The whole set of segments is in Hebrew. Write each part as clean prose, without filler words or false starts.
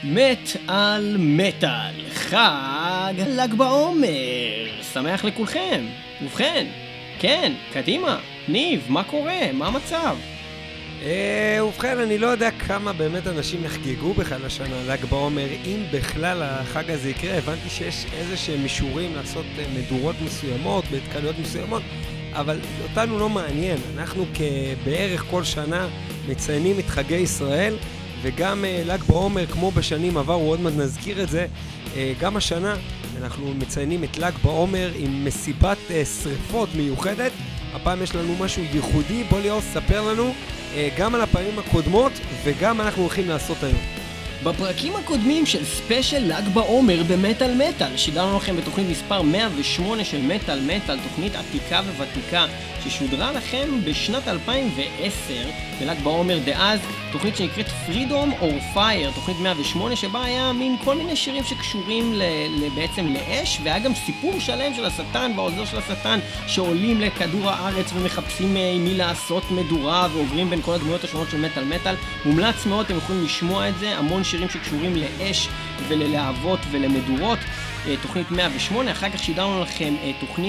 מת על מטל, חג ל"ג בעומר, שמח לכולכם. ובכן, כן, קדימה, ניב, מה קורה? מה המצב? ובכן, אני לא יודע כמה באמת אנשים יחגגו בכלל השנה ל"ג בעומר, אם בכלל החג הזה יקרה. הבנתי שיש איזה שהם מישורים לעשות מדורות מסוימות, בהתקלויות מסוימות, אבל אותנו לא מעניין. אנחנו בערך כל שנה מציינים את חגי ישראל, וגם ל"ג בעומר, כמו בשנים עברו, עוד מעט נזכיר את זה, גם השנה אנחנו מציינים את ל"ג בעומר עם מסיבת שריפות מיוחדת. הפעם יש לנו משהו ייחודי. בוא ליאור, ספר לנו גם על הפעמים הקודמות וגם אנחנו הולכים לעשות היום. בפרקים הקודמים של ספיישל ל"ג בעומר במטל מטל, שידרנו לכם בתוכנית מספר 108 של מטל מטל, תוכנית עתיקה וותיקה ששודרה לכם בשנת 2010 בל"ג בעומר דאז, תוכנית שנקראת Freedom or Fire, תוכנית 108, שבה היה מין כל מיני שירים שקשורים בעצם לאש, והיה גם סיפור שלם של השטן והעוזר של השטן שעולים לכדור הארץ ומחפשים מי לעשות מדורה ועוברים בין כל הדמויות השונות של מטל מטל. מומלץ מאוד, אתם יכולים לשמוע את זה, המון שירים שקשורים לאש וללהבות ולמדורות. תוכנית 108, אחר כך שידרנו לכם תוכנית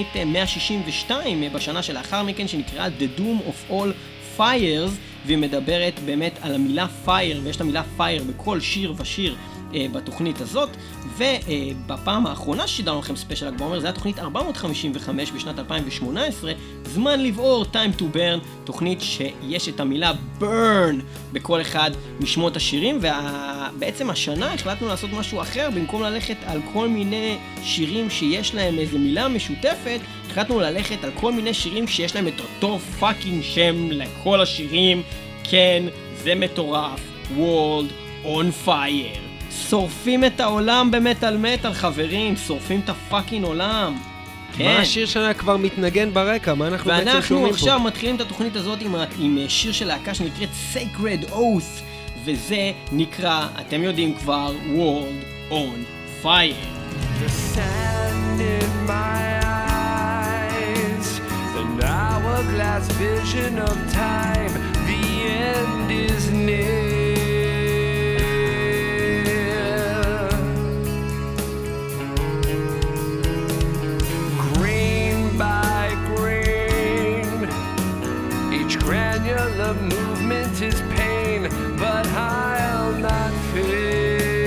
162 בשנה שלאחר מכן, שנקראה The Doom of All Fires, והיא מדברת באמת על המילה fire, ויש את המילה fire בכל שיר ושיר בתוכנית הזאת. ובפעם האחרונה ששידרנו לכם ספיישל ל"ג בעומר, זה היה תוכנית 455 בשנת 2018, זמן לבעור, time to burn, תוכנית שיש את המילה burn בכל אחד משמות השירים. ובעצם השנה החלטנו לעשות משהו אחר, במקום ללכת על כל מיני שירים שיש להם איזה מילה משותפת, החלטנו ללכת על כל מיני שירים שיש להם את אותו פאקינג שם לכל השירים. כן, זה מטורף, World on Fire. שורפים את העולם במטל מטל, חברים, שורפים את הפאקינג עולם. כן. מה השיר שלה כבר מתנגן ברקע? מה אנחנו בעצם שומעים פה? ואנחנו עכשיו מתחילים את התוכנית הזאת עם שיר של להקה שנקראת Sacred Oath, וזה נקרא, אתם יודעים כבר, World on Fire. The sand in my eyes, an hourglass vision of time, the end is near. Grain by grain, each granular movement is pain, but I'll not fail.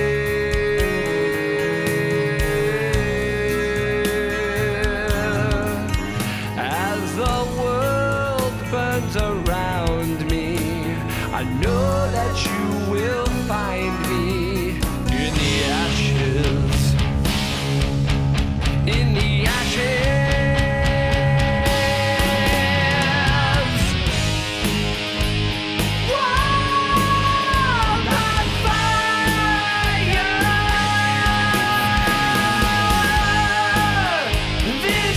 Around me, I know that you will find me in the ashes, in the ashes. World on fire. This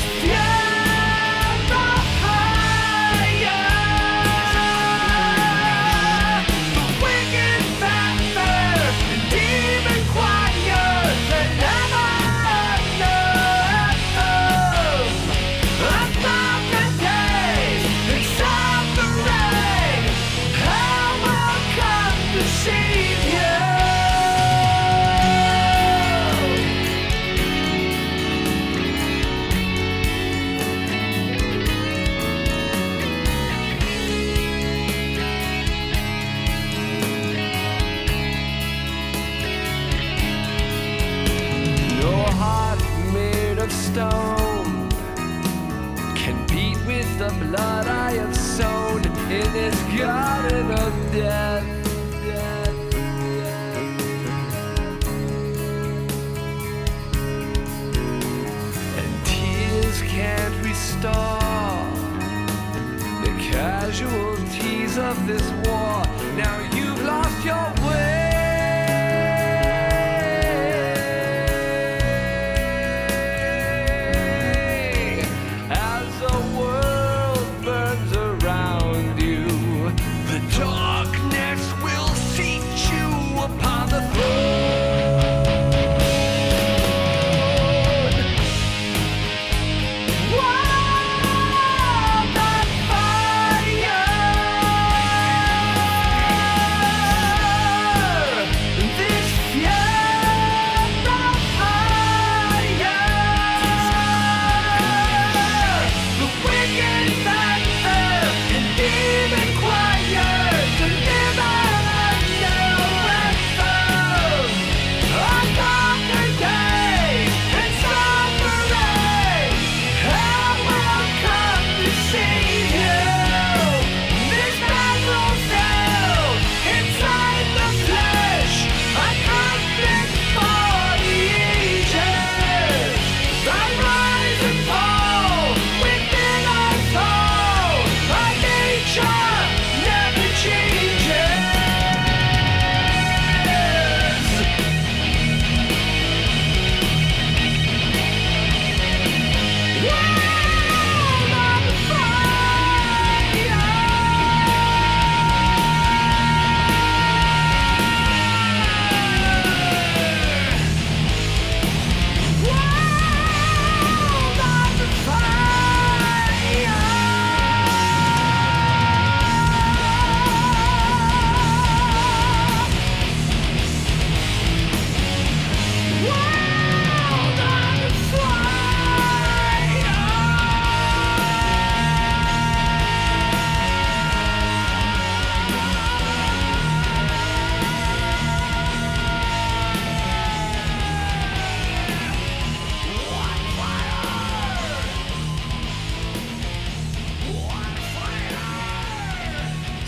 stone can beat with the blood I have sown in this garden of death. And tears can't restore the casualties of this war. Now you've lost your way. Darkness will seat you upon the throne. World on fire.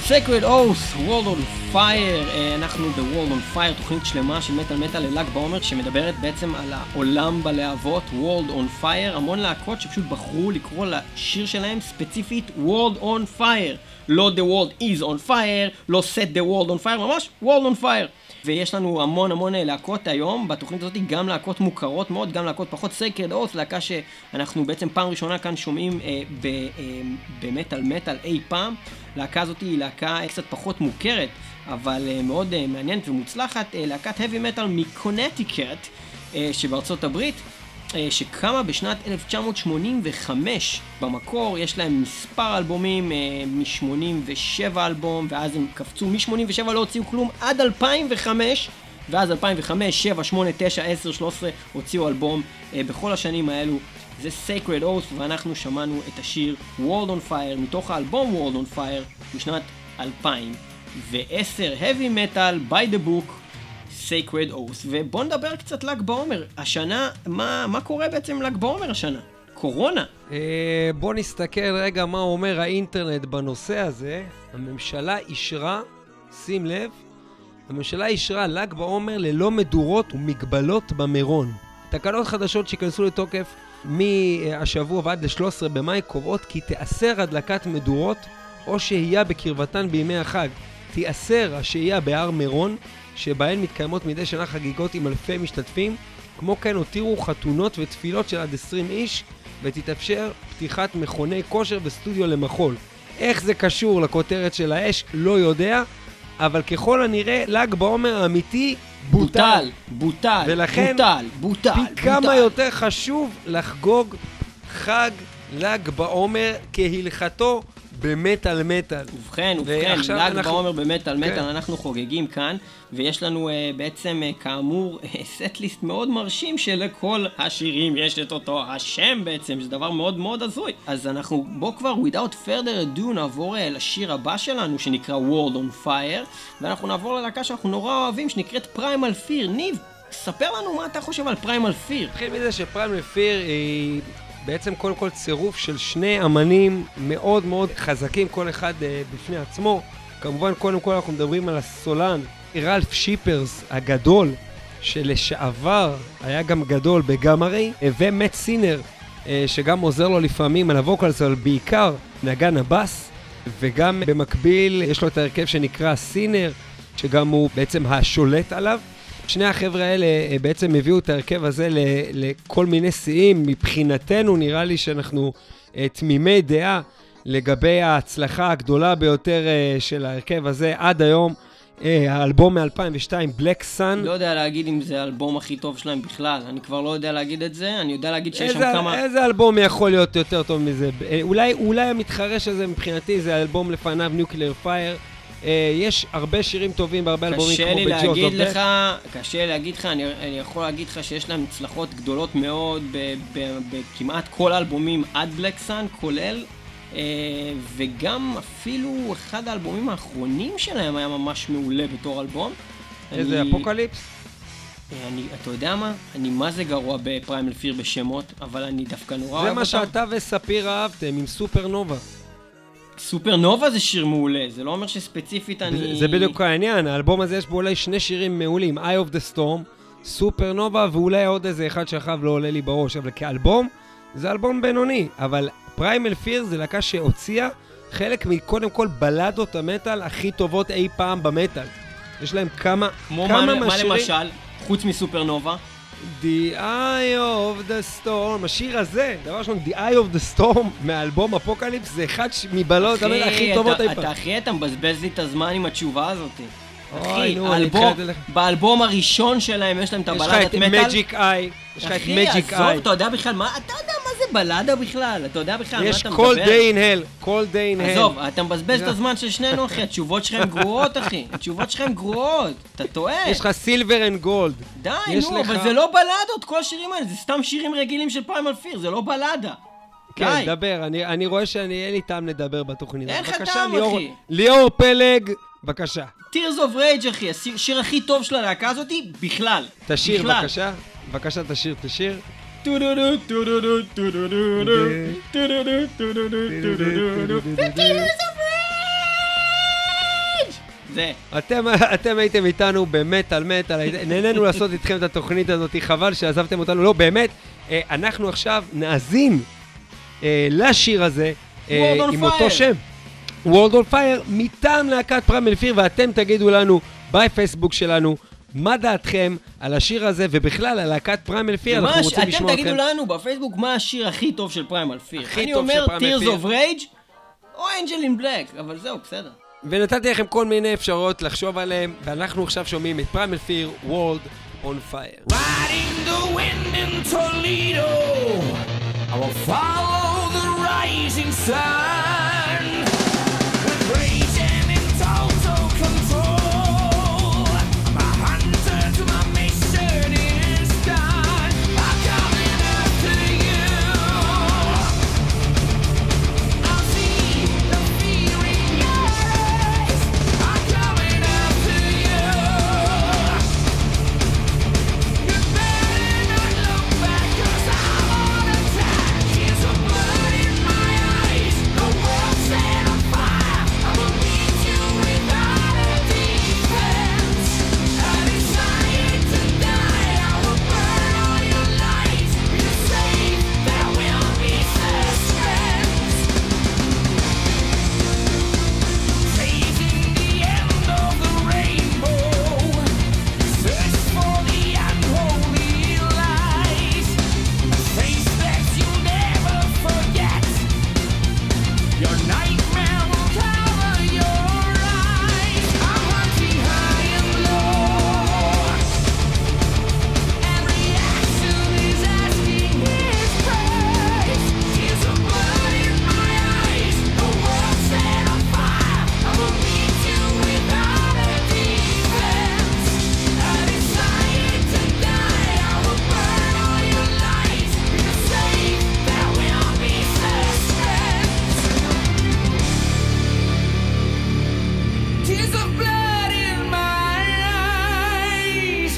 Sacred Oath, World on Fire, אנחנו ב-World on Fire, תוכנית שלמה של מטל לל"ג בעומר, שמדברת בעצם על העולם בלהבות, World on Fire, המון להקות שפשוט בחרו לקרוא לשיר שלהם ספציפית World on Fire, לא The World is on Fire, לא Set the World on Fire, ממש World on Fire. ויש לנו המון להקות היום, בתוכנית הזאת גם להקות מוכרות מאוד, גם להקות פחות. Sacred Oath, להקה שאנחנו בעצם פעם ראשונה כאן שומעים במטל אי פעם. להקה הזאת היא להקה קצת פחות מוכרת, אבל מאוד מעניינת ומוצלחת, להקת heavy metal מקונטיקט שבארצות הברית, שקמה בשנת 1985 במקור. יש להם מספר אלבומים, מ-87 אלבום, ואז הם קפצו מ-87 לא הוציאו כלום עד 2005, ואז 2005, 7, 8, 9, 10, 13 הוציאו אלבום. בכל השנים האלו זה Sacred Oath, ואנחנו שמענו את השיר World on Fire מתוך האלבום World on Fire בשנת 2010. Heavy Metal by the Book, Sacred Oath. ובוא נדבר קצת ל"ג בעומר. השנה, מה קורה בעצם ל"ג בעומר השנה? קורונה. בוא נסתכל רגע מה אומר האינטרנט בנושא הזה. הממשלה אישרה, שים לב, הממשלה אישרה ל"ג בעומר ללא מדורות ומגבלות במירון. תקנות חדשות שכנסו לתוקף מהשבוע ועד ל-13 במאי קובעות כי תאסר הדלקת מדורות או שהייה בקרבתן בימי החג. תאסר השהייה בהר מירון, שבהן מתקיימות מדי שנה חגיגות עם אלפי משתתפים. כמו כן הותירו חתונות ותפילות של עד 20 איש, ותתאפשר פתיחת מכוני כושר וסטודיו למחול. איך זה קשור לכותרת של האש לא יודע, אבל ככל הנראה ל"ג בעומר האמיתי בוטל. ולכן בוטל. פי כמה יותר חשוב לחגוג חג ל"ג בעומר כהלכתו במטל. ובכן, ל"ג בעומר במטל, אנחנו חוגגים כאן, ויש לנו בעצם כאמור סט-ליסט מאוד מרשים שלכל השירים יש את אותו השם בעצם, זה דבר מאוד מאוד הזוי. אז אנחנו בוא כבר without further ado נעבור לשיר הבא שלנו שנקרא World on Fire, ואנחנו נעבור ללהקה שאנחנו נורא אוהבים שנקראת Primal Fear. ניב, ספר לנו מה אתה חושב על Primal Fear. נתחיל מזה שPrimal Fear היא בעצם קודם כל צירוף של שני אמנים מאוד מאוד חזקים, כל אחד בפני עצמו. כמובן קודם כל אנחנו מדברים על הסולן רלף שיפרס הגדול, שלשעבר היה גם גדול בגמרי, ומט סינר שגם עוזר לו לפעמים על הווקלס, אבל בעיקר נגן הבאס, וגם במקביל יש לו את ההרכב שנקרא סינר, שגם הוא בעצם השולט עליו. שני החבר'ה האלה בעצם הביאו את ההרכב הזה לכל מיני שיאים. מבחינתנו נראה לי שאנחנו תמימי דעה לגבי ההצלחה הגדולה ביותר של ההרכב הזה עד היום. האלבום מ-2002, Black Sun. לא יודע להגיד אם זה האלבום הכי טוב שלהם בכלל, אני כבר לא יודע להגיד את זה, אני יודע להגיד שיש שם כמה... איזה אלבום יכול להיות יותר טוב מזה? אולי המתחרש הזה מבחינתי זה האלבום לפניו, Nuclear Fire. יש הרבה שירים טובים בהרבה אלבומים כמו בג'וז אוף דף. קשה להגיד לך, אני יכול להגיד לך שיש להם הצלחות גדולות מאוד בכמעט כל האלבומים עד בלק סאן כולל, וגם אפילו אחד האלבומים האחרונים שלהם היה ממש מעולה בתור אלבום. איזה אפוקליפס? אתה יודע מה? אני מה זה גרוע בפריימל פיר בשמות, אבל אני דווקא נורא אוהב אותם. זה מה שאתה וספיר אהבתם עם סופרנובה. סופרנובה זה שיר מעולה, זה לא אומר שספציפית אני... זה בדיוק העניין, האלבום הזה יש בו אולי שני שירים מעולים, Eye of the Storm, סופרנובה, ואולי עוד איזה אחד שאחריו לא עולה לי בראש, אבל כאלבום, זה אלבום בינוני, אבל פריימל פיר זה להקה שהוציאה חלק מקודם כל בלדות המטל הכי טובות אי פעם במטל. יש להם כמה מהשירים... מה למשל, חוץ מסופרנובה? The Eye of the Storm, השיר הזה, דבר ראשון, The Eye of the Storm מהאלבום אפוקליפס, זה אחד מבלות המטל הכי טובות אי פעם. אחי, אתה מבזבז לי את הזמן עם התשובה הזאת. אחי, באלבום הראשון שלהם יש להם את הבלדת מטל. יש לך את Magic Eye. יש לך את Magic Eye. עזוב, אתה יודע בכלל מה? אתה יודע מה זה בלדה בכלל? אתה יודע בכלל מה אתה מדבר? יש Cold Day in Hell. Cold Day in Hell. עזוב, אתה מבזבז את הזמן של שנינו, אחי. התשובות שלכם גרועות, אחי. התשובות שלכם גרועות. אתה טועה. יש לך Silver and Gold. די, נו, אבל זה לא בלדות, כל השירים האלה. זה סתם שירים רגילים של פריימל פיר, זה לא בלדה. כן, דבר. אני רואה אין לי טעם לדבר בתוכנית. אין לך טעם, אחי. ליאור פלג, בבקשה. Tears of Rage, אחי, השיר הכי טוב של הלהקה הזאת בכלל. תשיר, בבקשה. בבקשה, תשיר. זה. אתם הייתם איתנו במטל מטל, נהנינו לעשות איתכם את התוכנית הזאת, חבל שעזבתם אותנו, לא, באמת, אנחנו עכשיו נאזין לשיר הזה, עם אותו שם, World on Fire, מטעם להקת פריימל פיר, ואתם תגידו לנו בפייסבוק שלנו, מה דעתכם על השיר הזה, ובכלל על להקת פריימל פיר, אנחנו רוצים לשמוע אתכם. אתם תגידו לנו בפייסבוק מה השיר הכי טוב של פריימל פיר. אני אומר Tears of Rage, או Angel in Black, אבל זהו, בסדר. ונתתי לכם כל מיני אפשרויות לחשוב עליהם, ואנחנו עכשיו שומעים את פריימל פיר, World on Fire. Riding the wind in Toledo, I will follow the rising sun. With rage and in total control, I'm a hunter to my mission is done. I'm coming after you. I'll see the fear in your eyes. I'm coming after you. You better not look back, 'cause I'm on attack. Here's some blood in my eyes. The world's set on fire. I will meet you without a defense. I decided to die. I will burn all your lights. You're safe. There will be suspense. Facing the end of the rainbow. Search for the unholy light. A face that you'll never forget. Your nightmare will cover your eyes. I'm hunting high and low. Every action is asking its price. Tears of blood in my eyes. The world's set on fire. I will meet you without a defense. I decided to die. I will burn all your lights. You're safe. There will be suspense. Tears of blood in my eyes.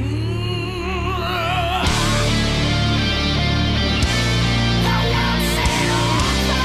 The world's set on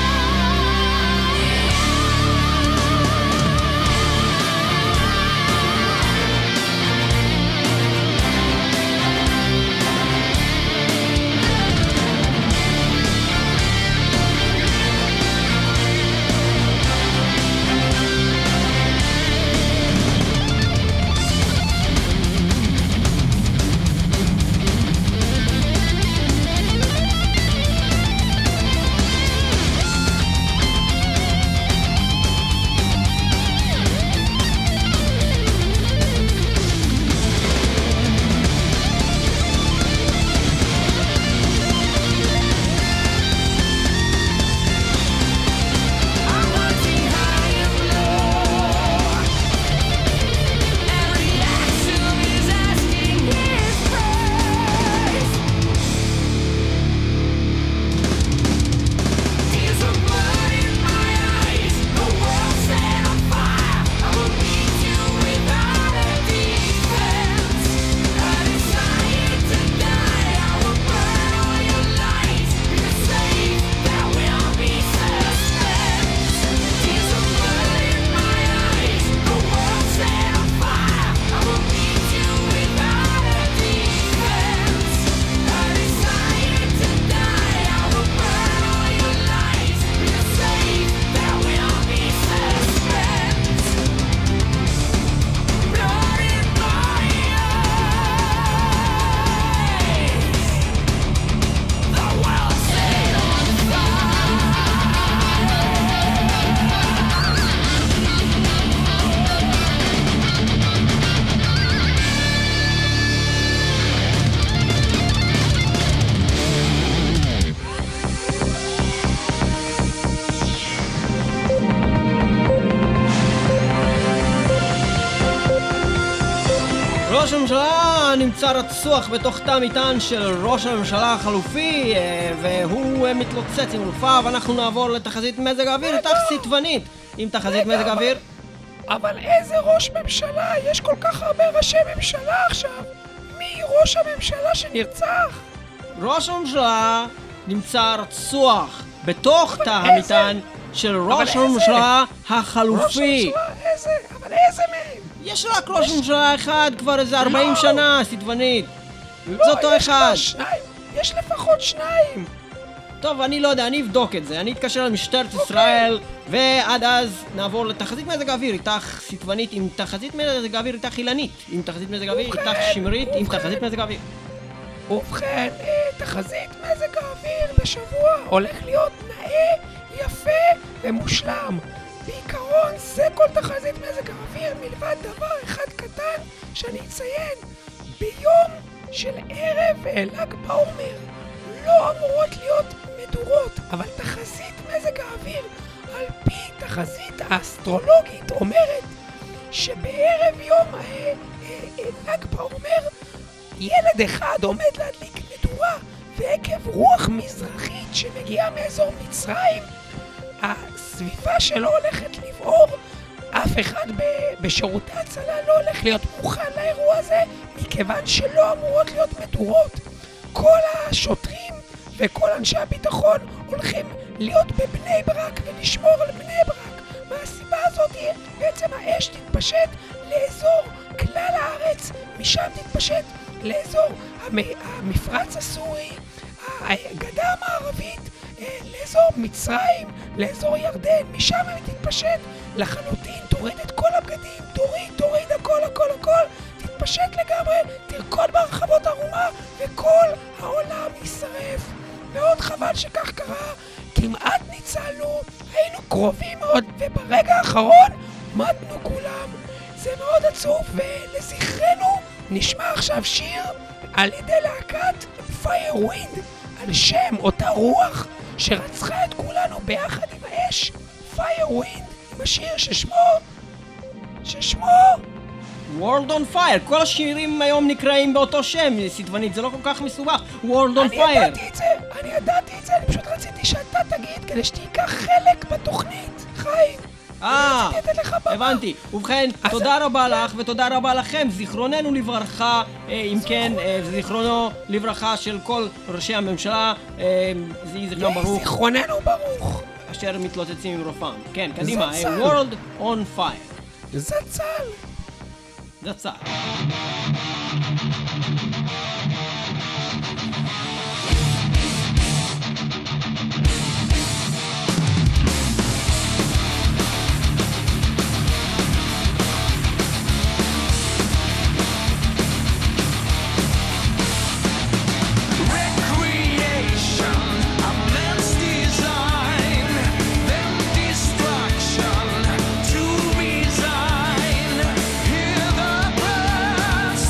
I'm hunting high and low. Every action is asking its price. Tears of blood in my eyes. The world's set on fire. I will meet you without a defense. I decided to die. I will burn all your lights. You're safe. There will be suspense. Tears of blood in my eyes. The world's set on fire. I will meet you without a defense. I decided to die. I will burn all your lights. You're safe. There will be suspense. Blood in my eyes. The world's set on ראש הממשלה נמצא רצוח בתוך תא מטען של ראש הממשלה החלופי, והוא מתלוצץ עם אלופיו. אנחנו נעבור לתחזית מזג האוויר, איתך סיטבנית עם תחזית מזג האוויר. אבל איזה ראש ממשלה? יש כל כך הרבה ראשי ממשלה עכשיו. מי ראש הממשלה שנרצח? ראש הממשלה נמצא רצוח בתוך תא המטען של ראש הממשלה החלופי. ראש הממשלה, אבל איזה זה מהם? יש רק ראש ממשלה אחד כבר איזה 40 לא. שנה, סדבנית. לא, זה אותו יש אחד. כבר שניים. יש לפחות שניים. טוב, אני לא יודע, אני אבדוק את זה. אני אתקשר למשטרת ישראל, ועד אז נעבור לתחזית מזג האוויר. איתך סטבנית עם תחזית מזג האוויר, איתך אילנית. עם תחזית מזג האוויר, ובכן, איתך שמרית, עם ובכן. תחזית מזג האוויר. ובכן, תחזית מזג האוויר לשבוע הולך להיות נאה, יפה ומושלם. בעיקרון זה כל תחזית מזג האוויר מלבד דבר אחד קטן שאני אציין. ביום של ערב ל"ג בעומר לא אמורות להיות מדורות, אבל תחזית מזג האוויר על פי תחזית האסטרולוגית אומרת שבערב יום ל"ג בעומר ילד אחד עומד להדליק מדורה, ועקב רוח מזרחית שמגיעה מאזור מצרים, הסביבה שלו הולכת לבעור. אף אחד בשירותי הצלה לא הולך להיות מוכן לאירוע הזה, מכיוון שלא אמורות להיות מדורות. כל השוטרים וכל אנשי הביטחון הולכים להיות בבני ברק ולשמור על בני ברק. מהסיבה הזאת בעצם האש תתפשט לאזור כלל הארץ, משם תתפשט לאזור המפרץ הסורי, הגדה המערבית, לאזור מצרים, לאזור ירדן, משם היא תתפשט לחלוטין. תוריד את כל הבגדים, תוריד הכל, תתפשט לגמרי, תרקוד ברחבות ערומה וכל העולם יישרף. מאוד חבל שכך קרה, כמעט ניצלנו, היינו קרובים מאוד, וברגע האחרון מתנו כולם. זה מאוד עצוב, ולזכרנו נשמע עכשיו שיר על ידי להקת Firewind, על שם אותה רוח שרצחה את כולנו ביחד עם האש. Firewind, עם השיר ששמו World on Fire, כל השירים היום נקראים באותו שם, סטבנית, זה לא כל כך מסובך. World on אני Fire. ידעתי את זה, אני פשוט רציתי שאתה תגיד כדי שתיקח חלק בתוכנית, חיים. רציתי לתת לך במה. הבנתי. ובכן, תודה רבה לך ותודה רבה לכם. זיכרוננו לברכה, אם כן, זיכרונו לברכה של כל ראשי הממשלה, יהי זכרם ברוך, זיכרוננו ברוך. אשר מתלוצצים עם רופאם. כן, קדימה, זצ"ל. World on Fire. זצ"ל. זצ"ל. Recreation, immense design, then destruction to resign. Hear the birds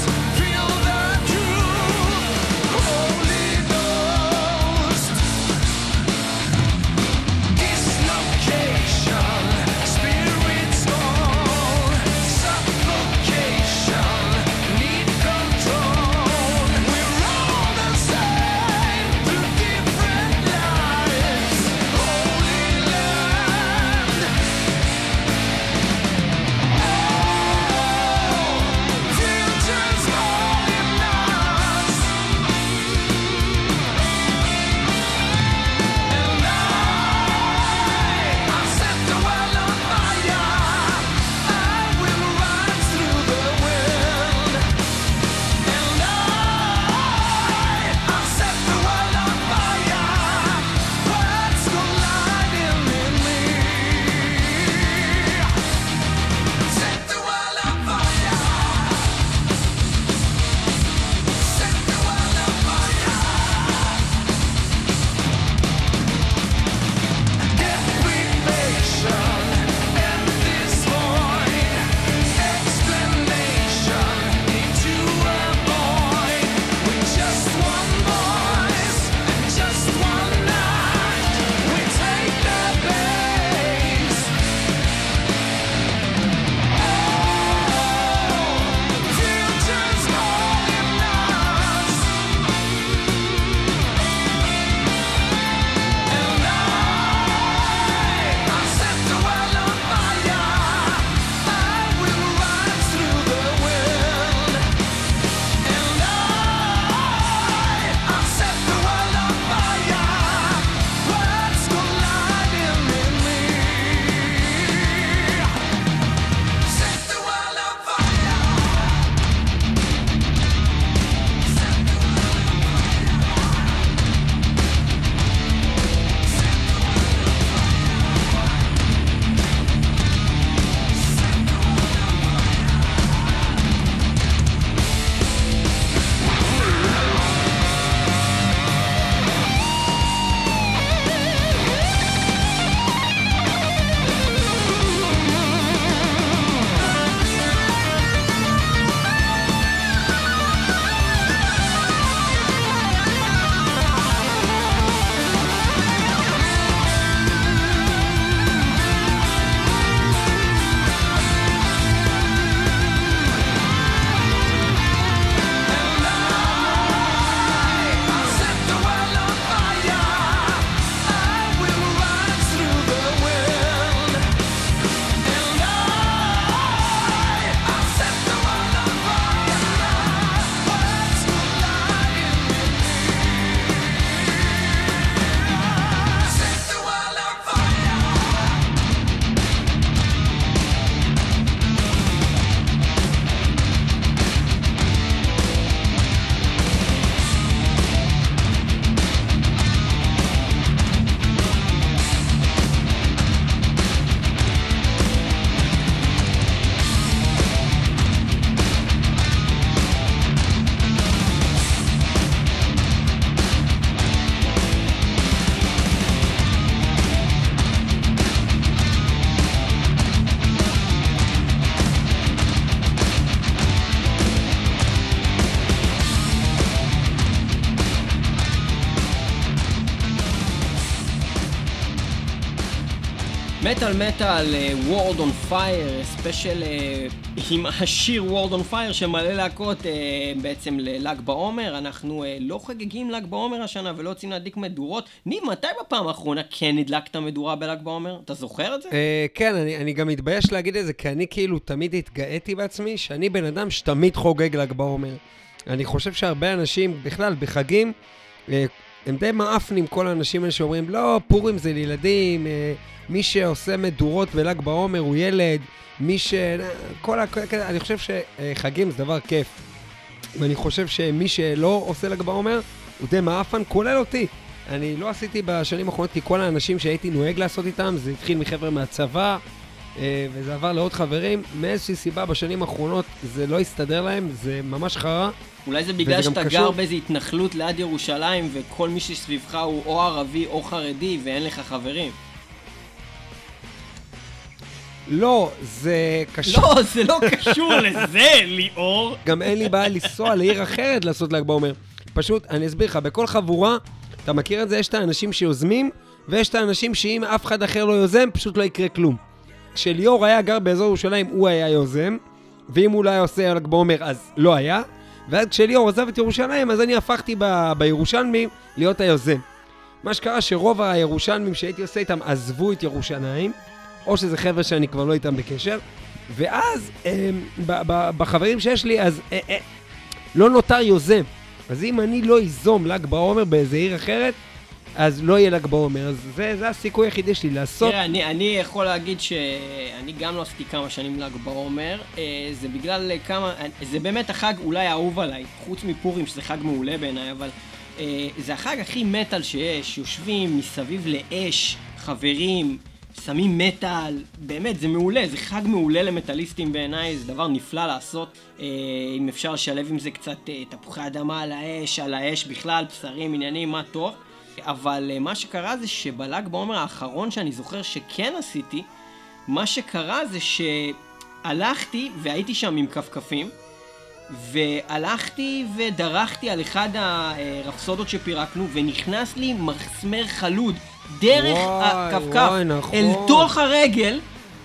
מטל מטל, World on Fire, ספיישל עם השיר World on Fire שמלא להקות בעצם לל"ג בעומר. אנחנו לא חגגים ל"ג בעומר השנה ולא רוצים להדליק מדורות. ניב, מתי בפעם האחרונה כן הדלקת מדורה בל"ג בעומר? אתה זוכר את זה? כן, אני גם מתבייש להגיד את זה, כי אני כאילו תמיד התגאיתי בעצמי שאני בן אדם שתמיד חוגג ל"ג בעומר. אני חושב שהרבה אנשים בכלל בחגים, הם די מאפנים כל האנשים האלה שאומרים, לא, פורים זה לילדים, מי שעושה מדורות בל"ג בעומר הוא ילד, אני חושב שחגים זה דבר כיף. ואני חושב שמי שלא עושה ל"ג בעומר, הוא די מאפן, כולל אותי. אני לא עשיתי בשנים האחרונות, כי כל האנשים שהייתי נוהג לעשות איתם, זה התחיל מחבר'ה מהצבא, וזה עבר לעוד חברים. מאיזושהי סיבה בשנים האחרונות זה לא הסתדר להם, זה ממש חרה. אולי זה בגלל שאתה גר באיזו התנחלות ליד ירושלים, וכל מי שסביבך הוא או ערבי או חרדי, ואין לך חברים. לא, זה קשור. לא, זה לא קשור לזה, ליאור. גם אין לי בעיה לנסוע לעיר אחרת לעשות ל"ג בעומר. פשוט, אני אסביר לך, בכל חבורה, אתה מכיר את זה, יש את האנשים שיוזמים, ויש את האנשים שאם אף אחד אחר לא יוזם, פשוט לא יקרה כלום. כשליאור היה גר באזור ירושלים, הוא היה יוזם, ואם הוא לא היה עושה ל"ג בעומר, אז לא היה. ואז כשליאור עזב את ירושלים, אז אני הפכתי בירושלמים להיות היוזם. מה שקרה שרוב הירושלמים שהייתי עושה איתם עזבו את ירושלים, או שזה חבר'ה שאני כבר לא איתם בקשר, ואז בחברים שיש לי, אז לא נותר יוזם. אז אם אני לא איזום ל"ג בעומר באיזה עיר אחרת, אז לא יהיה ל"ג בעומר. אז זה הסיכוי היחידי שלי לעשות. תראה, אני יכול להגיד שאני גם לא עשיתי כמה שנים ל"ג בעומר. זה בגלל זה באמת החג אולי האהוב עליי, חוץ מפורים שזה חג מעולה בעיניי, אבל זה החג הכי מטל שיש, יושבים מסביב לאש, חברים, שמים מטל, באמת זה מעולה, זה חג מעולה למטליסטים בעיניי, זה דבר נפלא לעשות, אם אפשר לשלב עם זה קצת תפוחי אדמה על האש בכלל, בשרים, עניינים, מה טוב. אבל מה שקרה זה שבל"ג בעומר האחרון שאני זוכר שכן עשיתי, מה שקרה זה שהלכתי והייתי שם עם כפכפים, והלכתי ודרכתי על אחד הרפסודות שפירקנו, ונכנס לי מסמר חלוד דרך הכפכף אל תוך הרגל,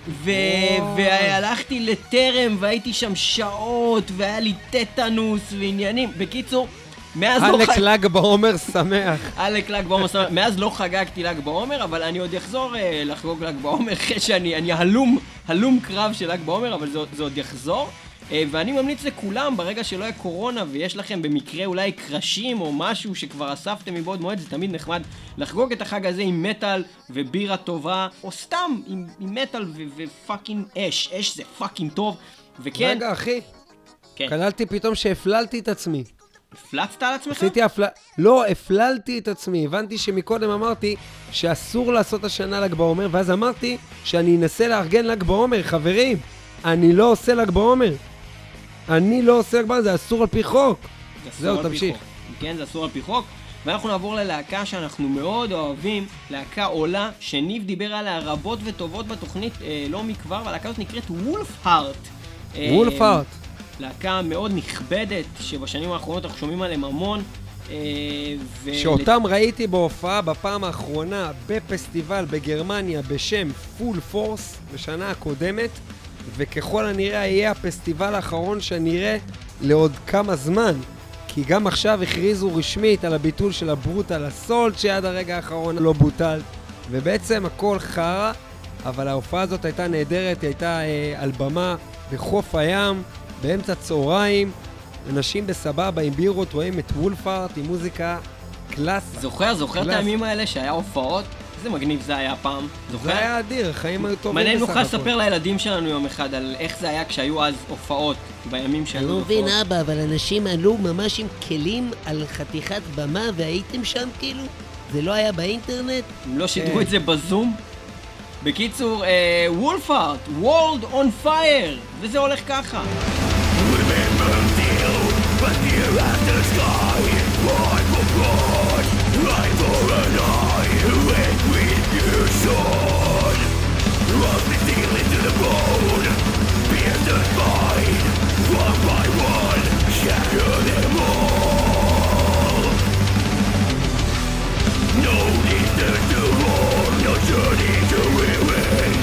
והלכתי לטרם והייתי שם שעות והיה לי טטנוס ועניינים. בקיצור, מאז לא אלק ל"ג בעומר שמח. אלק ל"ג בעומר שמח. מאז לא חגגתי ל"ג בעומר, אבל אני עוד אחזור לחגוג ל"ג בעומר אחרי שאני הלום קרב של ל"ג בעומר, אבל זה עוד יחזור. ואני ממליץ לכולם, ברגע שלא יהיה קורונה ויש לכם במקרה אולי קרשים או משהו שכבר אספתם מבעוד מועד, זה תמיד נחמד לחגוג את החג הזה עם מטל ובירה טובה, או סתם עם מטל ופאקינג אש. אש זה פאקינג טוב. וכן... רגע, אחי. כן. קללתי פתאום שהפללתי את עצמי. הפלצת על עצמך? לא, הפללתי את עצמי. הבנתי שמקודם אמרתי שאסור לעשות השנה ל"ג בעומר, ואז אמרתי שאני אנסה לארגן ל"ג בעומר. חברים, אני לא עושה ל"ג בעומר. אני לא עושה ל"ג בעומר, זה אסור על פי חוק. זהו, תמשיך. כן, זה אסור על פי חוק. ואנחנו נעבור ללהקה שאנחנו מאוד אוהבים, להקה עולה, שניב דיבר עליה רבות וטובות בתוכנית לא מכבר, והלהקה הזאת נקראת וולפהארט. וולפהארט. להקה מאוד נכבדת, שבשנים האחרונות אנחנו שומעים עליהם המון. שאותם ראיתי בהופעה בפעם האחרונה בפסטיבל בגרמניה בשם פול פורס בשנה הקודמת, וככל הנראה יהיה הפסטיבל האחרון שנראה לעוד כמה זמן, כי גם עכשיו הכריזו רשמית על הביטול של הברוטל אסולט שעד הרגע האחרון לא בוטל, ובעצם הכל חרה. אבל ההופעה הזאת הייתה נהדרת, היא הייתה על במה בחוף הים באמצע צהריים, אנשים בסבבה עם בירות רואים את וולפהארט עם מוזיקה קלאס. זוכר את הימים האלה שהיה הופעות? איזה מגניב זה היה פעם, זוכר? זה היה אדיר, חיים היו טובים בסך מעניין הכל. נוכל לספר לילדים שלנו יום אחד על איך זה היה כשהיו אז הופעות, בימים שהיו הופעות. אני לא מבין אבא, אבל אנשים עלו ממש עם כלים על חתיכת במה והייתם שם כאילו? זה לא היה באינטרנט? הם לא שידרו את זה בזום? בקיצור, וולפהארט, World on Fire, וזה הולך ככה. No need to warn, no journey to ruin.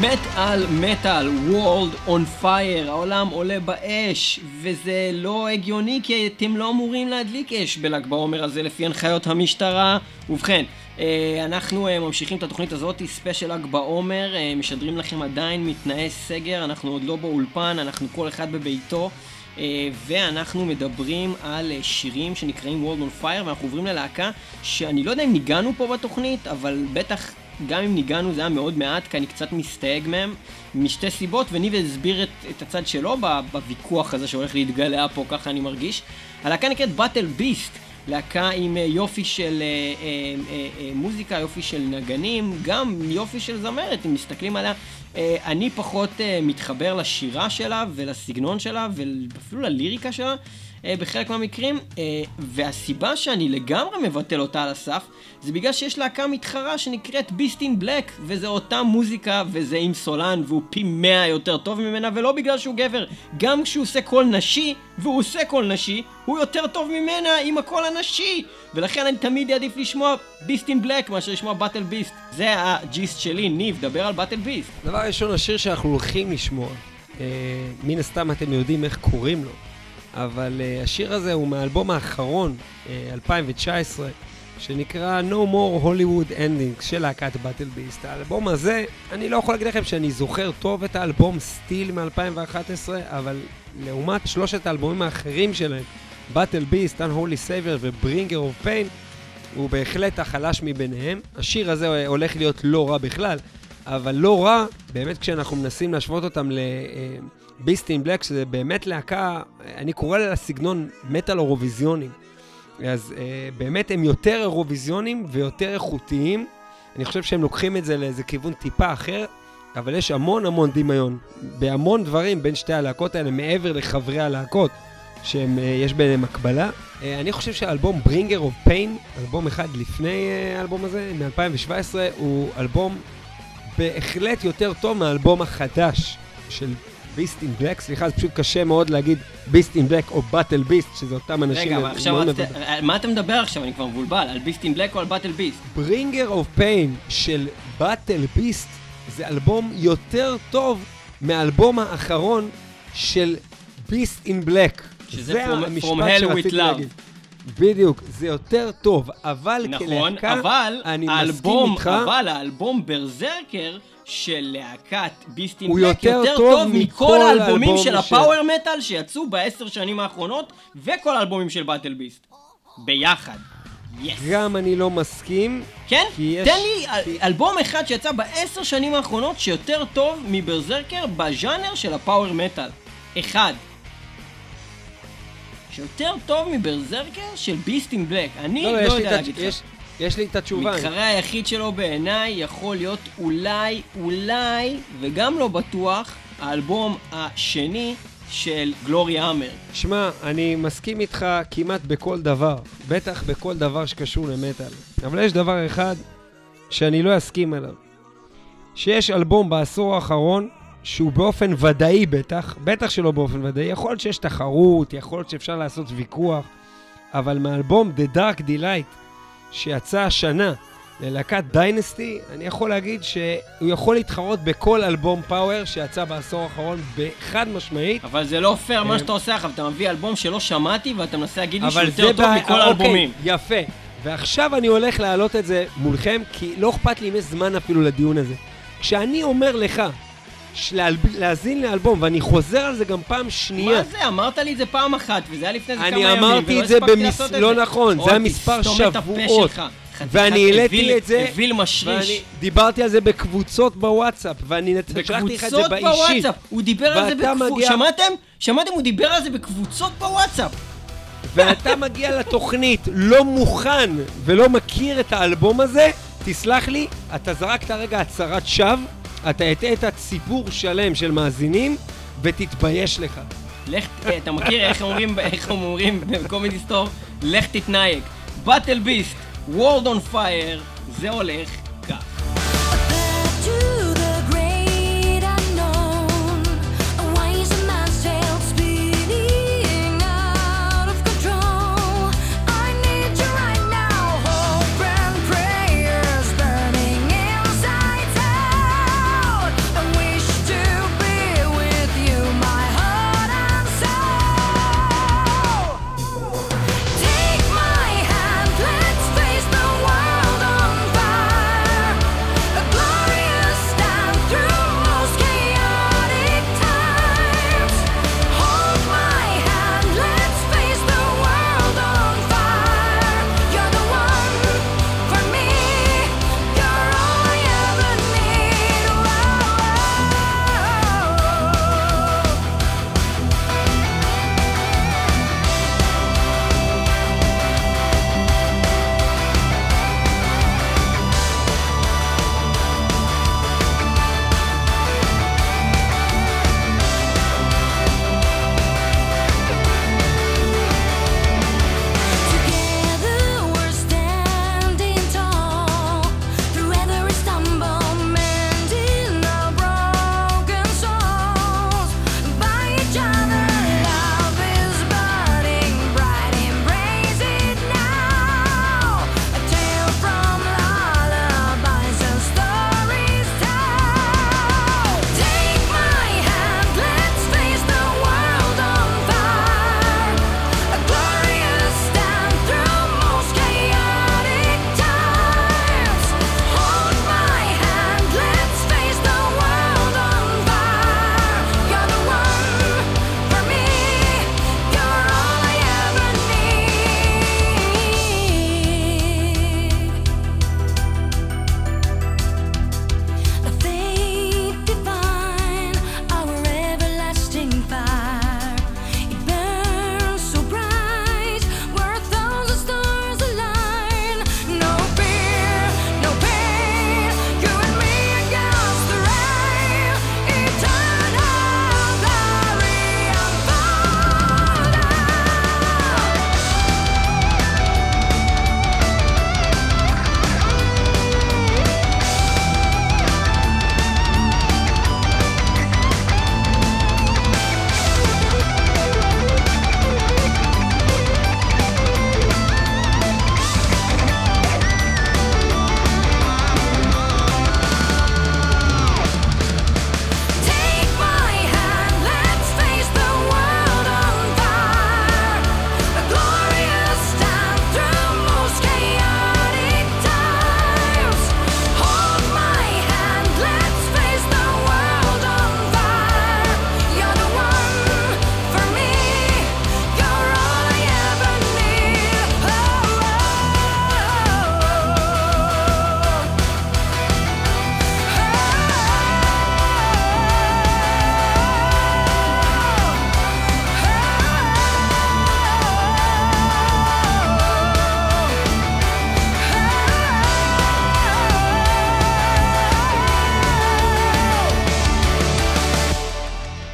מטל, World on Fire, העולם עולה באש, וזה לא הגיוני כי אתם לא אמורים להדליק אש בל"ג בעומר הזה לפי הנחיות המשטרה. ובכן, אנחנו ממשיכים את התוכנית הזאת, ספיישל ל"ג בעומר, משדרים לכם עדיין מתנאי סגר, אנחנו עוד לא באולפן, אנחנו כל אחד בביתו, ואנחנו מדברים על שירים שנקראים World on Fire, ואנחנו עוברים ללהקה שאני לא יודע אם ניגענו פה בתוכנית, אבל בטח גם אם ניגענו זה היה מאוד מעט, כי אני קצת מסתייג מהם משתי סיבות, וניב הסביר את הצד שלו בוויכוח הזה שהולך להתגלע פה, ככה אני מרגיש. הלהקה נקראת Battle Beast, להקה עם יופי של מוזיקה, יופי של נגנים, גם יופי של זמרת, אם מסתכלים עליה. אני פחות מתחבר לשירה שלה ולסגנון שלה ואפילו לליריקה שלה בחלק מהמקרים, והסיבה שאני לגמרי מבטל אותה על הסף זה בגלל שיש להקה מתחרה שנקראת Beast in Black, וזה אותה מוזיקה וזה עם סולן והוא פי 100 יותר טוב ממנה, ולא בגלל שהוא גבר, גם כשהוא עושה קול נשי, והוא עושה קול נשי, הוא יותר טוב ממנה עם הקול הנשי, ולכן אני תמיד אעדיף לשמוע Beast in Black מאשר לשמוע Battle Beast. זה הג'יסט שלי. ניב, דבר על Battle Beast. דבר ראשון, השיר שאנחנו הולכים לשמוע, מן הסתם אתם יודעים איך קוראים לו, אבל השיר הזה הוא מהאלבום האחרון, 2019, שנקרא No More Hollywood Endings של להקת Battle Beast. האלבום הזה, אני לא יכול להגיד לכם שאני זוכר טוב את האלבום סטיל מ-2011, אבל לעומת שלושת האלבומים האחרים שלהם, Battle Beast, Unholy Savior ו-Bringer of Pain, הוא בהחלט החלש מביניהם. השיר הזה הולך להיות לא רע בכלל, אבל לא רע, באמת כשאנחנו מנסים להשוות אותם ל-Beast in Black, שזה באמת להקה, אני קורא לה סגנון מטל אירוויזיונים. אז באמת הם יותר אירוויזיונים ויותר איכותיים. אני חושב שהם לוקחים את זה לאיזה כיוון טיפה אחר, אבל יש המון דמיון בהמון דברים בין שתי הלהקות האלה, מעבר לחברי הלהקות, שיש ביניהם הקבלה. אני חושב שהאלבום Bringer of Pain, אלבום אחד לפני האלבום הזה, מ-2017, הוא אלבום בהחלט יותר טוב מהאלבום החדש של Beast in Black. סליחה, זה פשוט קשה מאוד להגיד Beast in Black או Battle Beast, שזה אותם אנשים. רגע, אבל עכשיו, מה אתה מדבר עכשיו? אני כבר מבולבל, על Beast in Black או על Battle Beast? Bringer of Pain של Battle Beast זה אלבום יותר טוב מהאלבום האחרון של Beast in Black. שזה From Hell with Love. בדיוק, זה יותר טוב, אבל נכון, כלהקה, אבל אני מסכים איתך. אבל האלבום ברזרקר של להקת Beast in הוא Black יותר יותר טוב טוב מכל האלבומים של הפאוור מטל שיצאו ב10 שנים האחרונות, וכל האלבומים של באטל ביסט. ביחד. Yes. גם אני לא מסכים. כן? יש... תן לי אלבום אחד שיצא ב10 שנים האחרונות שיותר טוב מברזרקר בז'אנר של הפאוור מטל. אחד. שיותר טוב מברזרקר של ביסט אין בלק. אני לא יודע להגיד לך. יש לי את התשובה. מתחרה היחיד שלו בעיניי יכול להיות אולי, וגם לא בטוח, האלבום השני של גלורי האמר. שמע, אני מסכים איתך כמעט בכל דבר. בטח בכל דבר שקשור למטל. אבל יש דבר אחד שאני לא אסכים עליו. שיש אלבום בעשור האחרון שהוא באופן ודאי בטח שלא באופן ודאי, יכול להיות שיש תחרות, יכול להיות שאפשר לעשות ויכוח, אבל מאלבום The Dark Delight שיצא השנה ללהקת דיינסטי, אני יכול להגיד שהוא יכול להתחרות בכל אלבום פאוור שיצא בעשור האחרון בחד משמעית. אבל זה לא פייר מה שאתה עושה עכשיו, אתה מביא אלבום שלא שמעתי ואתה מנסה להגיד לי שהוא יותר טוב מכל האלבומים. יפה, ועכשיו אני הולך להעלות את זה מולכם, כי לא אכפת לי אם יש זמן אפילו לדיון הזה. כשאני אומר לך להזין לאלבום, ואני חוזר על זה גם פעם שנייה. מה זה? אמרת לי את זה פעם אחת, וזה היה לפני זה כמה ימים, ולא אמרתי את זה לא נכון, זה היה מספר שבועות. ואני העליתי את זה, אוויל משריש. ואני דיברתי על זה בקבוצות בוואטסאפ, ואני שלחתי לך את זה באישית. בקבוצות בוואטסאפ, הוא דיבר על זה בקבוצות, שמעתם? הוא דיבר על זה בקבוצות בוואטסאפ. ואתה מגיע לתוכנית לא מוכן ולא מכיר את האלבום הזה, תסלח לי, אתה זרקת רגע הצהרת שווא, אתה יתה את הציבור שלם של מאזינים, ותתבייש לך. אתה מכיר איך אומרים בקומדי סטור? לך תתנהג. באטל ביסט, World on Fire, זה הולך כך. And we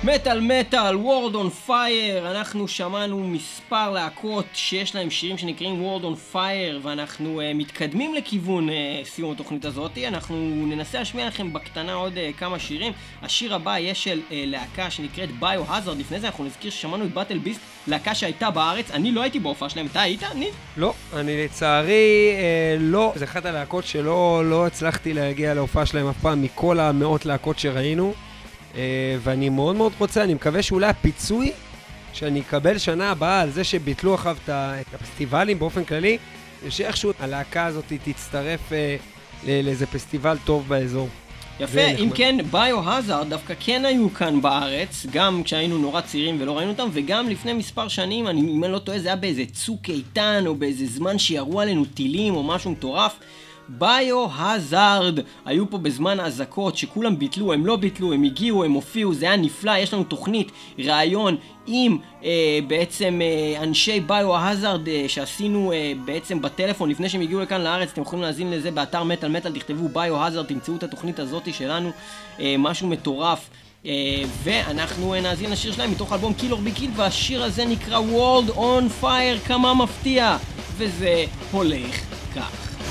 מטל מטל, World on Fire, אנחנו שמענו מספר להקות שיש להם שירים שנקראים World on Fire, ואנחנו מתקדמים לכיוון סיום התוכנית הזאת. אנחנו ננסה להשמיע לכם בקטנה עוד כמה שירים. השיר הבא יש של להקה שנקראת Biohazard. לפני זה אנחנו נזכיר ששמענו את באטל ביסט, להקה שהייתה בארץ. אני לא הייתי בהופעה שלהם, אתה היית? לא, אני לצערי לא. זה אחת הלהקות שלא הצלחתי להגיע להופעה שלהם אף פעם מכל המאות להקות שראינו. ואני מאוד מאוד רוצה, אני מקווה שאולי הפיצוי שאני אקבל שנה הבאה על זה שביטלו אחריו את הפסטיבלים באופן כללי, שאיכשהו הלהקה הזאת תצטרף לאיזה פסטיבל טוב באזור. יפה, אם כן, ביו-הזארד דווקא כן היו כאן בארץ, גם כשהיינו נורא צעירים ולא ראינו אותם, וגם לפני מספר שנים, אם אני לא טועה, זה היה באיזה צוק איתן, או באיזה זמן שירו עלינו טילים, או משהו מטורף. ביו-הזארד היו פה בזמן האזעקות שכולם ביטלו, הם לא ביטלו, הם הגיעו, הם הופיעו, זה היה נפלא. יש לנו תוכנית, ראיון עם בעצם אנשי ביו-הזארד שעשינו בעצם בטלפון לפני שהם הגיעו לכאן לארץ. אתם יכולים להזין לזה באתר מטל מטל, תכתבו ביו-הזארד, תמצאו את התוכנית הזאת שלנו, משהו מטורף. ואנחנו נאזין לשיר שלהם מתוך אלבום Kill or Be Killed, והשיר הזה נקרא World on Fire. כמה מפתיע, וזה הולך כך.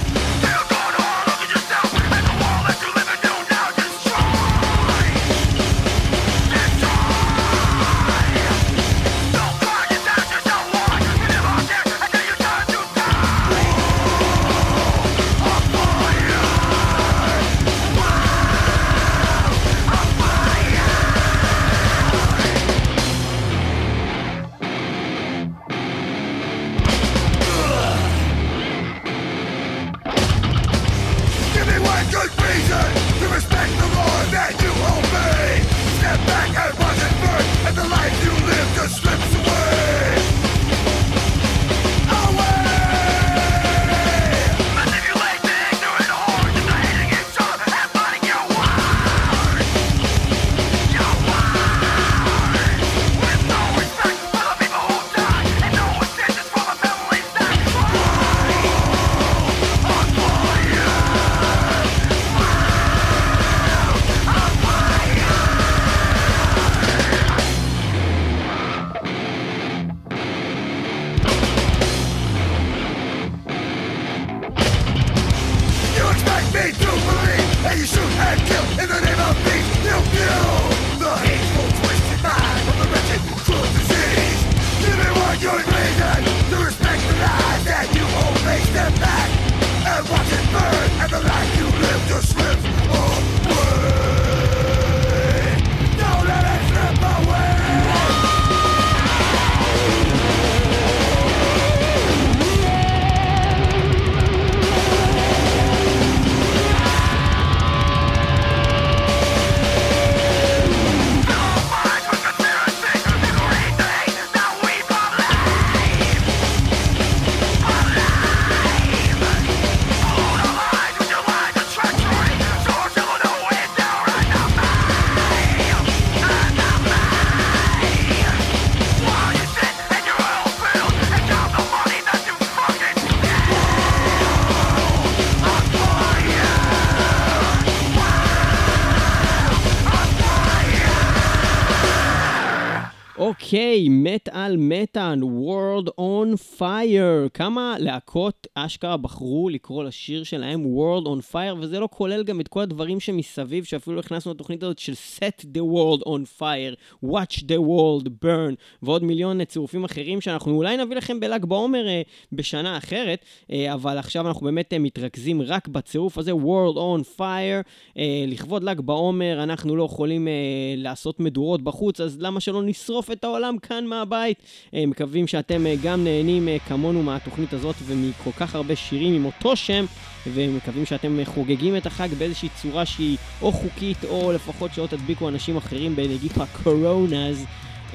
אוקיי, מטל מטל, World on Fire. כמה להקות אשכרה בחרו לקרוא לשיר שלהם World on Fire, וזה לא כולל גם את כל הדברים שמסביב, שאפילו הכנסנו לתוכנית הזאת של Set the World on Fire, Watch the World Burn, ועוד מיליון צירופים אחרים שאנחנו אולי נביא לכם בל"ג בעומר בשנה אחרת, אבל עכשיו אנחנו באמת מתרכזים רק בצירוף הזה, World on Fire. לכבוד ל"ג בעומר אנחנו לא יכולים לעשות מדורות בחוץ, אז למה שלא נשרוף את העולם כאן מהבית? מקווים שאתם גם נהנים כמונו מהתוכנית הזאת ומכל כך הרבה שירים עם אותו שם, ומקווים שאתם חוגגים את החג באיזושהי צורה שהיא או חוקית או לפחות שלא תדביקו אנשים אחרים בנגיף הקורונאז.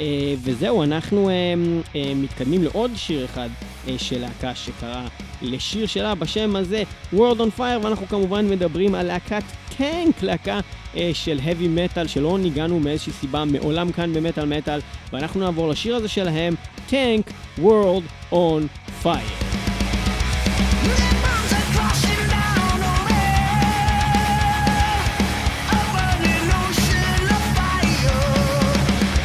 וזהו, אנחנו מתקדמים לעוד שיר אחד של להקה שקרא לשיר שלה בשם הזה World on Fire, ואנחנו כמובן מדברים על להקת טנק, להקה של heavy metal שלא ניגענו מאיזושהי סיבה מעולם כאן במטל מטל, ואנחנו נעבור לשיר הזה שלהם, טנק, World on Fire. Fire.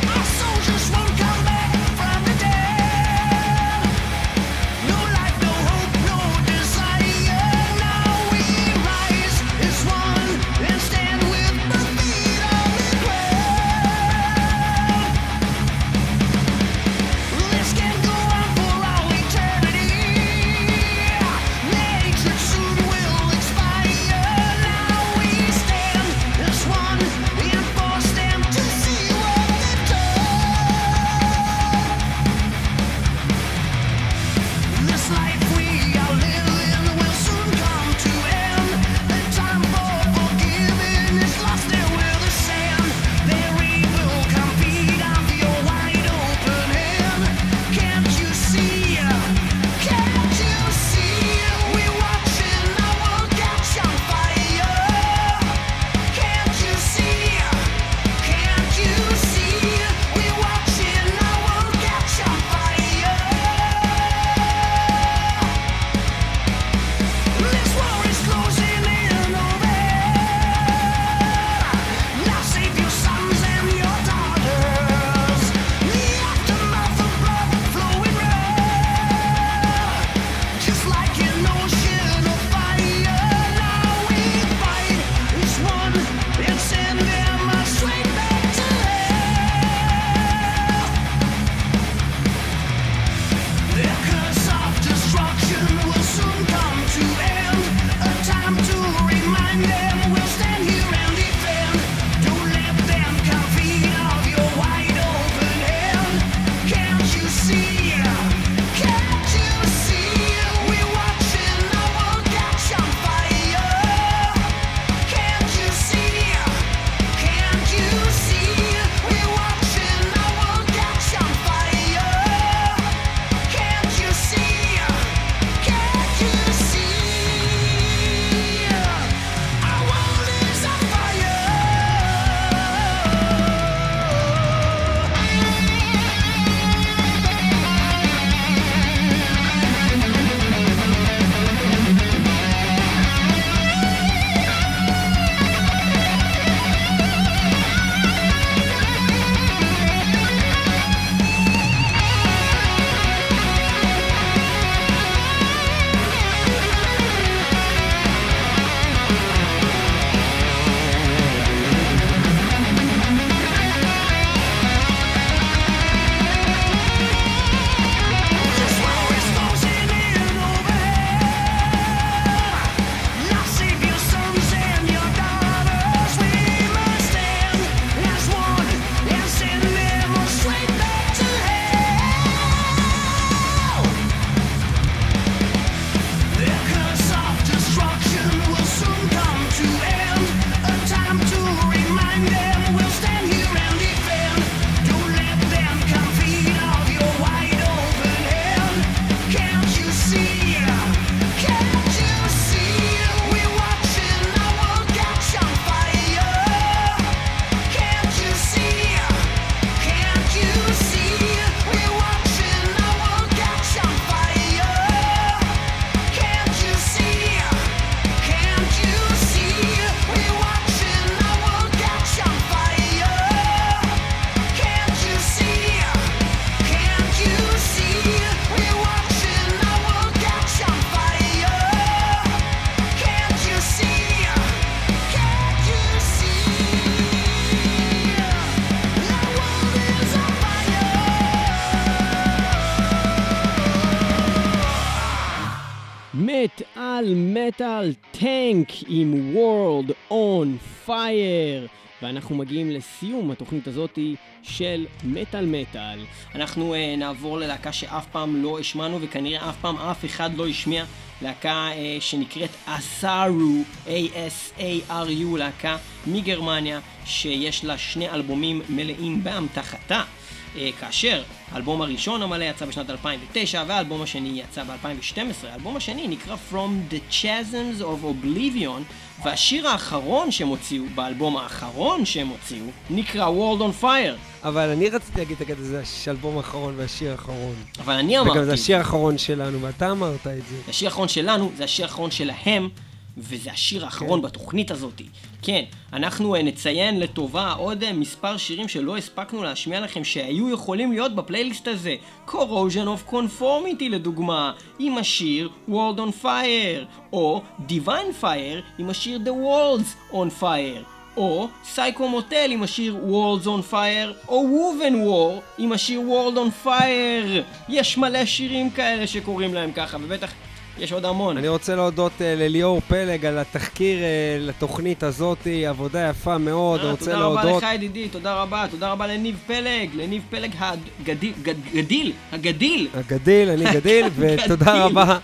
מטל מטל טנק עם World on Fire. ואנחנו מגיעים לסיום התוכנית הזאת של מטל מטל. אנחנו נעבור ללהקה שאף פעם לא השמענו וכנראה אף פעם אף אחד לא השמיע. להקה שנקראת אסארו, A-S-A-R-U, להקה מגרמניה שיש לה 2 אלבומים מלאים באמתחתה. כאשר האלבום הראשון המלא יצא בשנת 2009 והאלבום השני יצא ב-2012. האלבום השני נקרא From the Chasms of Oblivion, והשיר האחרון שהם הוציאו, באלבום האחרון שהם הוציאו, נקרא World on Fire. אבל אני רציתי להגיד את הקטע, זה האלבום האחרון והשיר האחרון. אבל אני אמרתי. וגם זה השיר האחרון שלנו, ואתה אמרת את זה. השיר האחרון שלנו, זה השיר האחרון שלהם, וזה השיר האחרון בתוכנית הזאת. כן, אנחנו נציין לטובה עוד מספר שירים שלא הספקנו להשמיע לכם שהיו יכולים להיות בפלייליסט הזה. Corrosion of Conformity לדוגמה, עם השיר World on Fire, או Divine Fire עם השיר The Worlds on Fire, או Psycho Motel עם השיר Worlds on Fire, או Woven War עם השיר World on Fire. יש מלא שירים כאלה שקוראים להם ככה, ובטח יש עוד המון. אני רוצה להודות לליאור פלג על התחקיר לתוכנית הזאת, עבודה יפה מאוד. תודה רבה לך ידידי, תודה רבה לניב פלג הגדיל, אני גדיל, ותודה רבה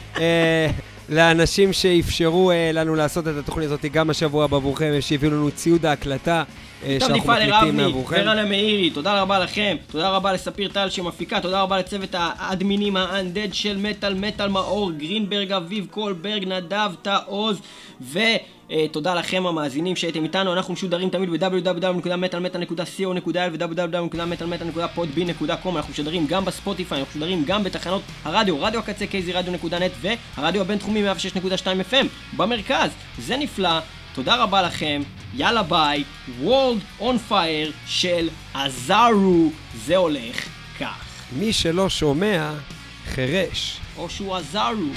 לאנשים שאפשרו לנו לעשות את התוכנית הזאת גם השבוע בעבורכם, שהביאו לנו ציוד ההקלטה שאנחנו מקליטים מעבורכם. ורן המאירי, תודה רבה לכם, תודה רבה לספיר טל שמפיקה, תודה רבה לצוות האדמינים האנדד של מטל מטל, מאור גרינברג, אביב קולברג, נדב תעוז, ותודה לכם המאזינים שהייתם איתנו. אנחנו משודרים תמיד ב-www.metalmetal.co.il ו-www.metalmetal.podbean.com. אנחנו משודרים גם בספוטיפיי, אנחנו משודרים גם בתחנות הרדיו, רדיו הקצה kzradio.net והרדיו הבינתחומי 106.2 FM במרכז. זה נפלא, תודה רבה לכם, יאללה ביי. World on Fire של אזארו, זה הולך כך. מי שלא שומע, חרש. או שהוא אזארו.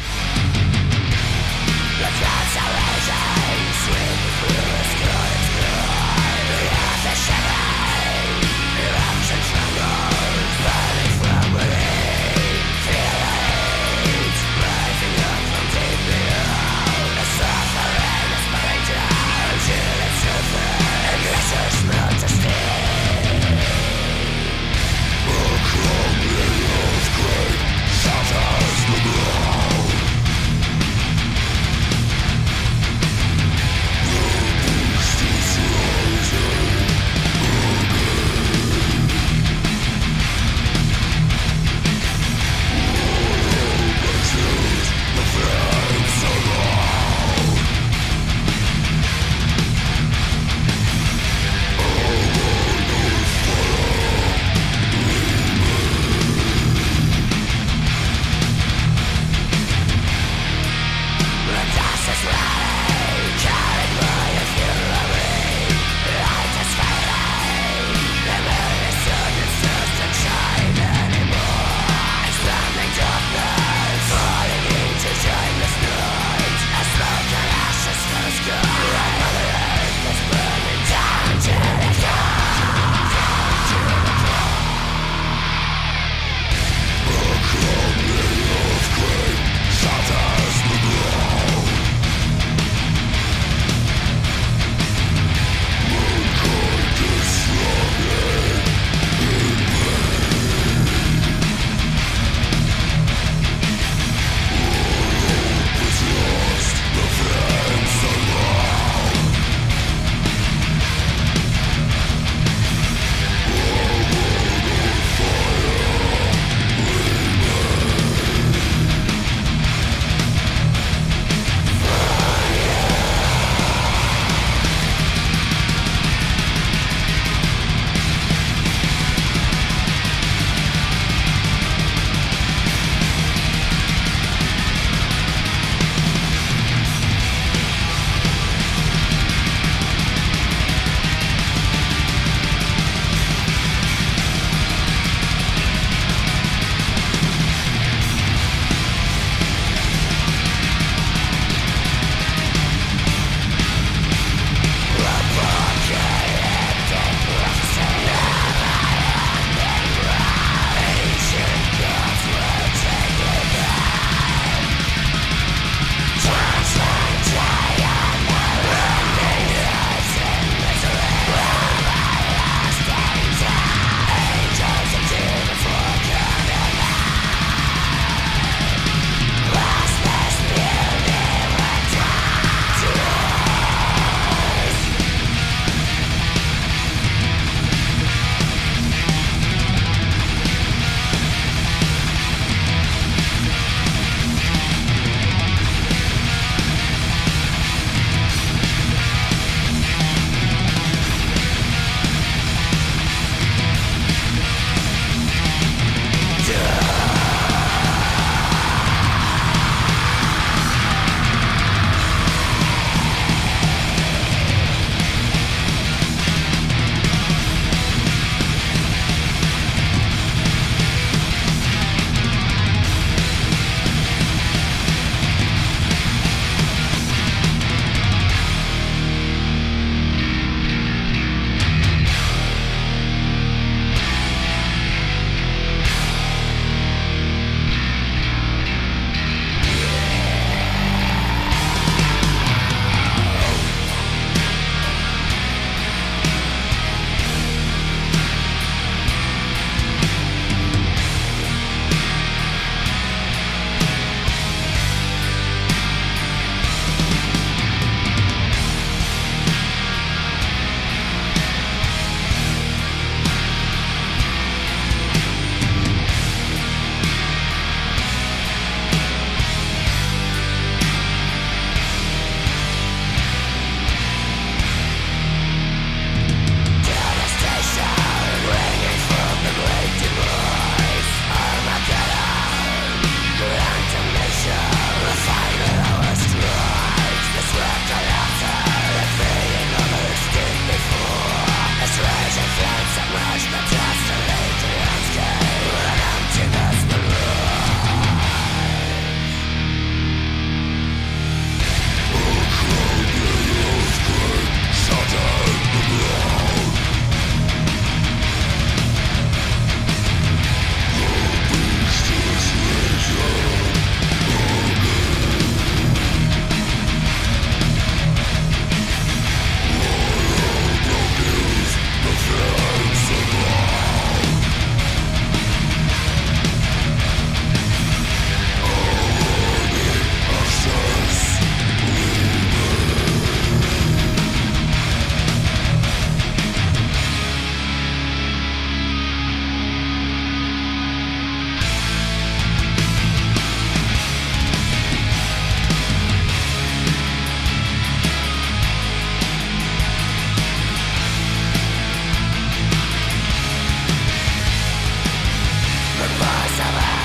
Shabbat.